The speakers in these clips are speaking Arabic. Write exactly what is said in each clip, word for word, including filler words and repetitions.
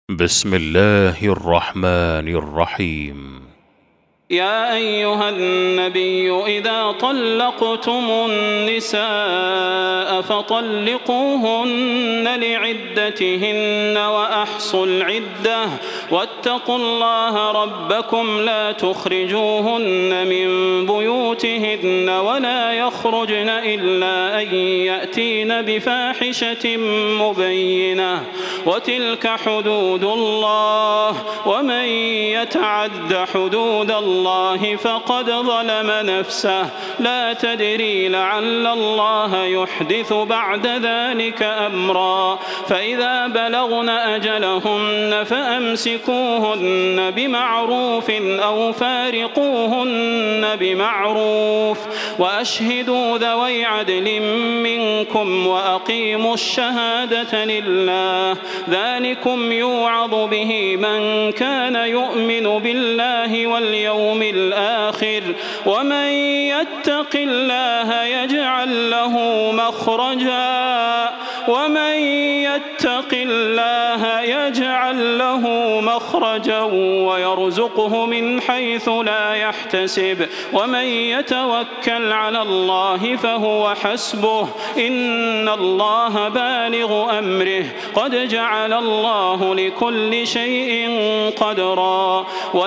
بسم الله الرحمن الرحيم. يا أيها النبي إذا طلقتم النساء فطلقوهن لعدتهن وأحصوا العدة واتقوا الله ربكم لا تخرجوهن من بيوتهن ولا يخرجن إلا أن يأتين بفاحشة مبينة وتلك حدود الله ومن يتعد حدود الله الله فقد ظلم نفسه لا تدري لعل الله يحدث بعد ذلك أمرا فإذا بلغن أجلهن فأمسكوهن بمعروف أو فارقوهن بمعروف وأشهدوا ذوي عدل منكم وأقيموا الشهادة لله ذلكم يوعظ به من كان يؤمن بالله واليوم الآخر ومن يتق الله يجعل له مخرجا ومن يتق الله يجعل له مخرجا ويرزقه من حيث لا يحتسب ومن يتوكل على الله فهو حسبه إن الله بالغ أمره قد جعل الله لكل شيء قدرا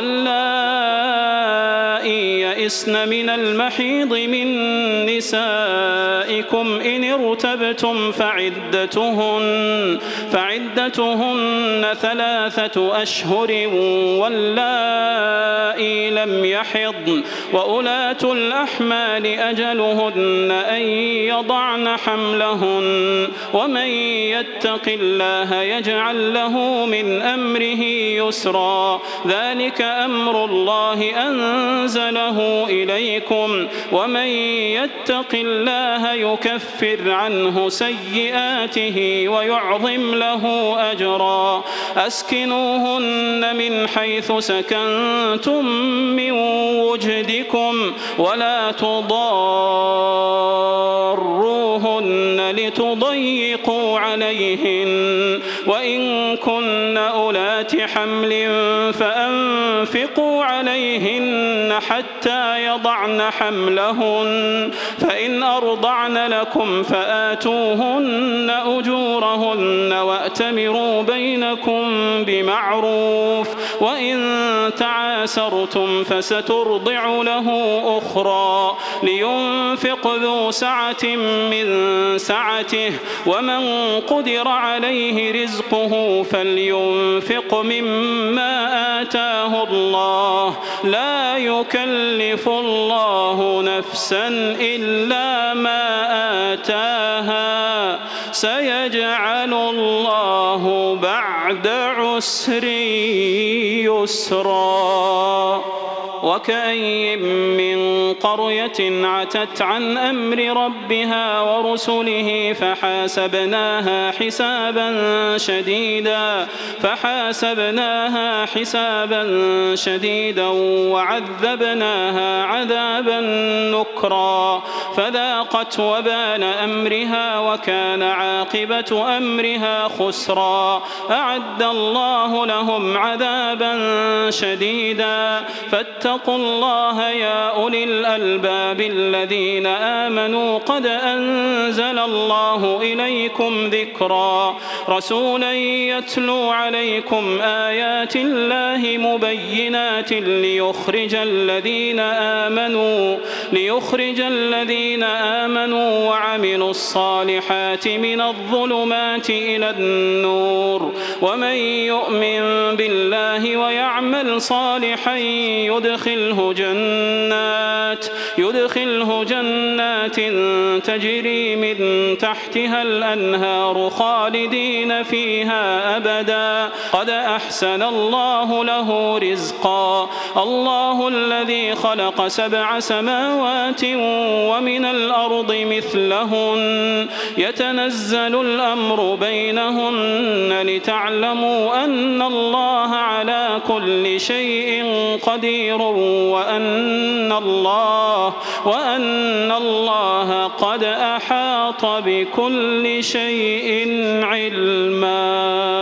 واللائي يئسن من المحيض من نسائكم إن ارتبتم فعدتهن فعدتهن ثلاثة أشهر واللائي لم يحضن وأولاة الأحمال أجلهن أن يضعن حملهن ومن يتق الله يجعل له من أمره يسرا ذلك أمر الله أنزله إليكم ومن يتق الله يكفر عنه سيئاته ويعظم له أجرا أسكنوهن من حيث سكنتم من وجدكم ولا تضاروهن لتضيقوا عليهن وإن كن أولات حمل فأنفقوا عليهن حتى يضعن حملهن فإن أرضعن لكم فآتوهن أجورهن وأتمروا بينكم بمعروف وإن تعاسرتم فسترضع له أخرى لينفق ذو سعة من سعته ومن قدر عليه رزقه فلينفق مما آتاه الله لا يكلف الله نفسا إلا ما آتاها سيجعل الله بعد عسر يسرا وكأي من قرية عتت عن أمر ربها ورسله فحاسبناها حسابا شديدا فحاسبناها حسابا شديدا وعذبناها عذابا نكرا فذاقت وبال أمرها وكان عاقبة أمرها خسرا أعد الله لهم عذابا شديدا فاتقوا الله يا أولي الألباب الذين آمنوا قد أنزل الله إليكم ذكرا رسولا يتلو عليكم آيات الله مبينات ليخرج الذين آمنوا ليخرج الذين آمنوا وعملوا الصالحات من الظلمات إلى النور ومن يؤمن بالله ويعمل صالحا يدخله جنات يدخله جنات تجري من تحتها الأنهار خالدين فيها أبدا قد أحسن الله له رزقا الله الذي خلق سبع سماوات ومن الأرض مثلهن يتنزل الأمر بينهن لتعلموا أن الله على كل شيء قدير وأن الله وأن الله قد أحاط بكل شيء علما.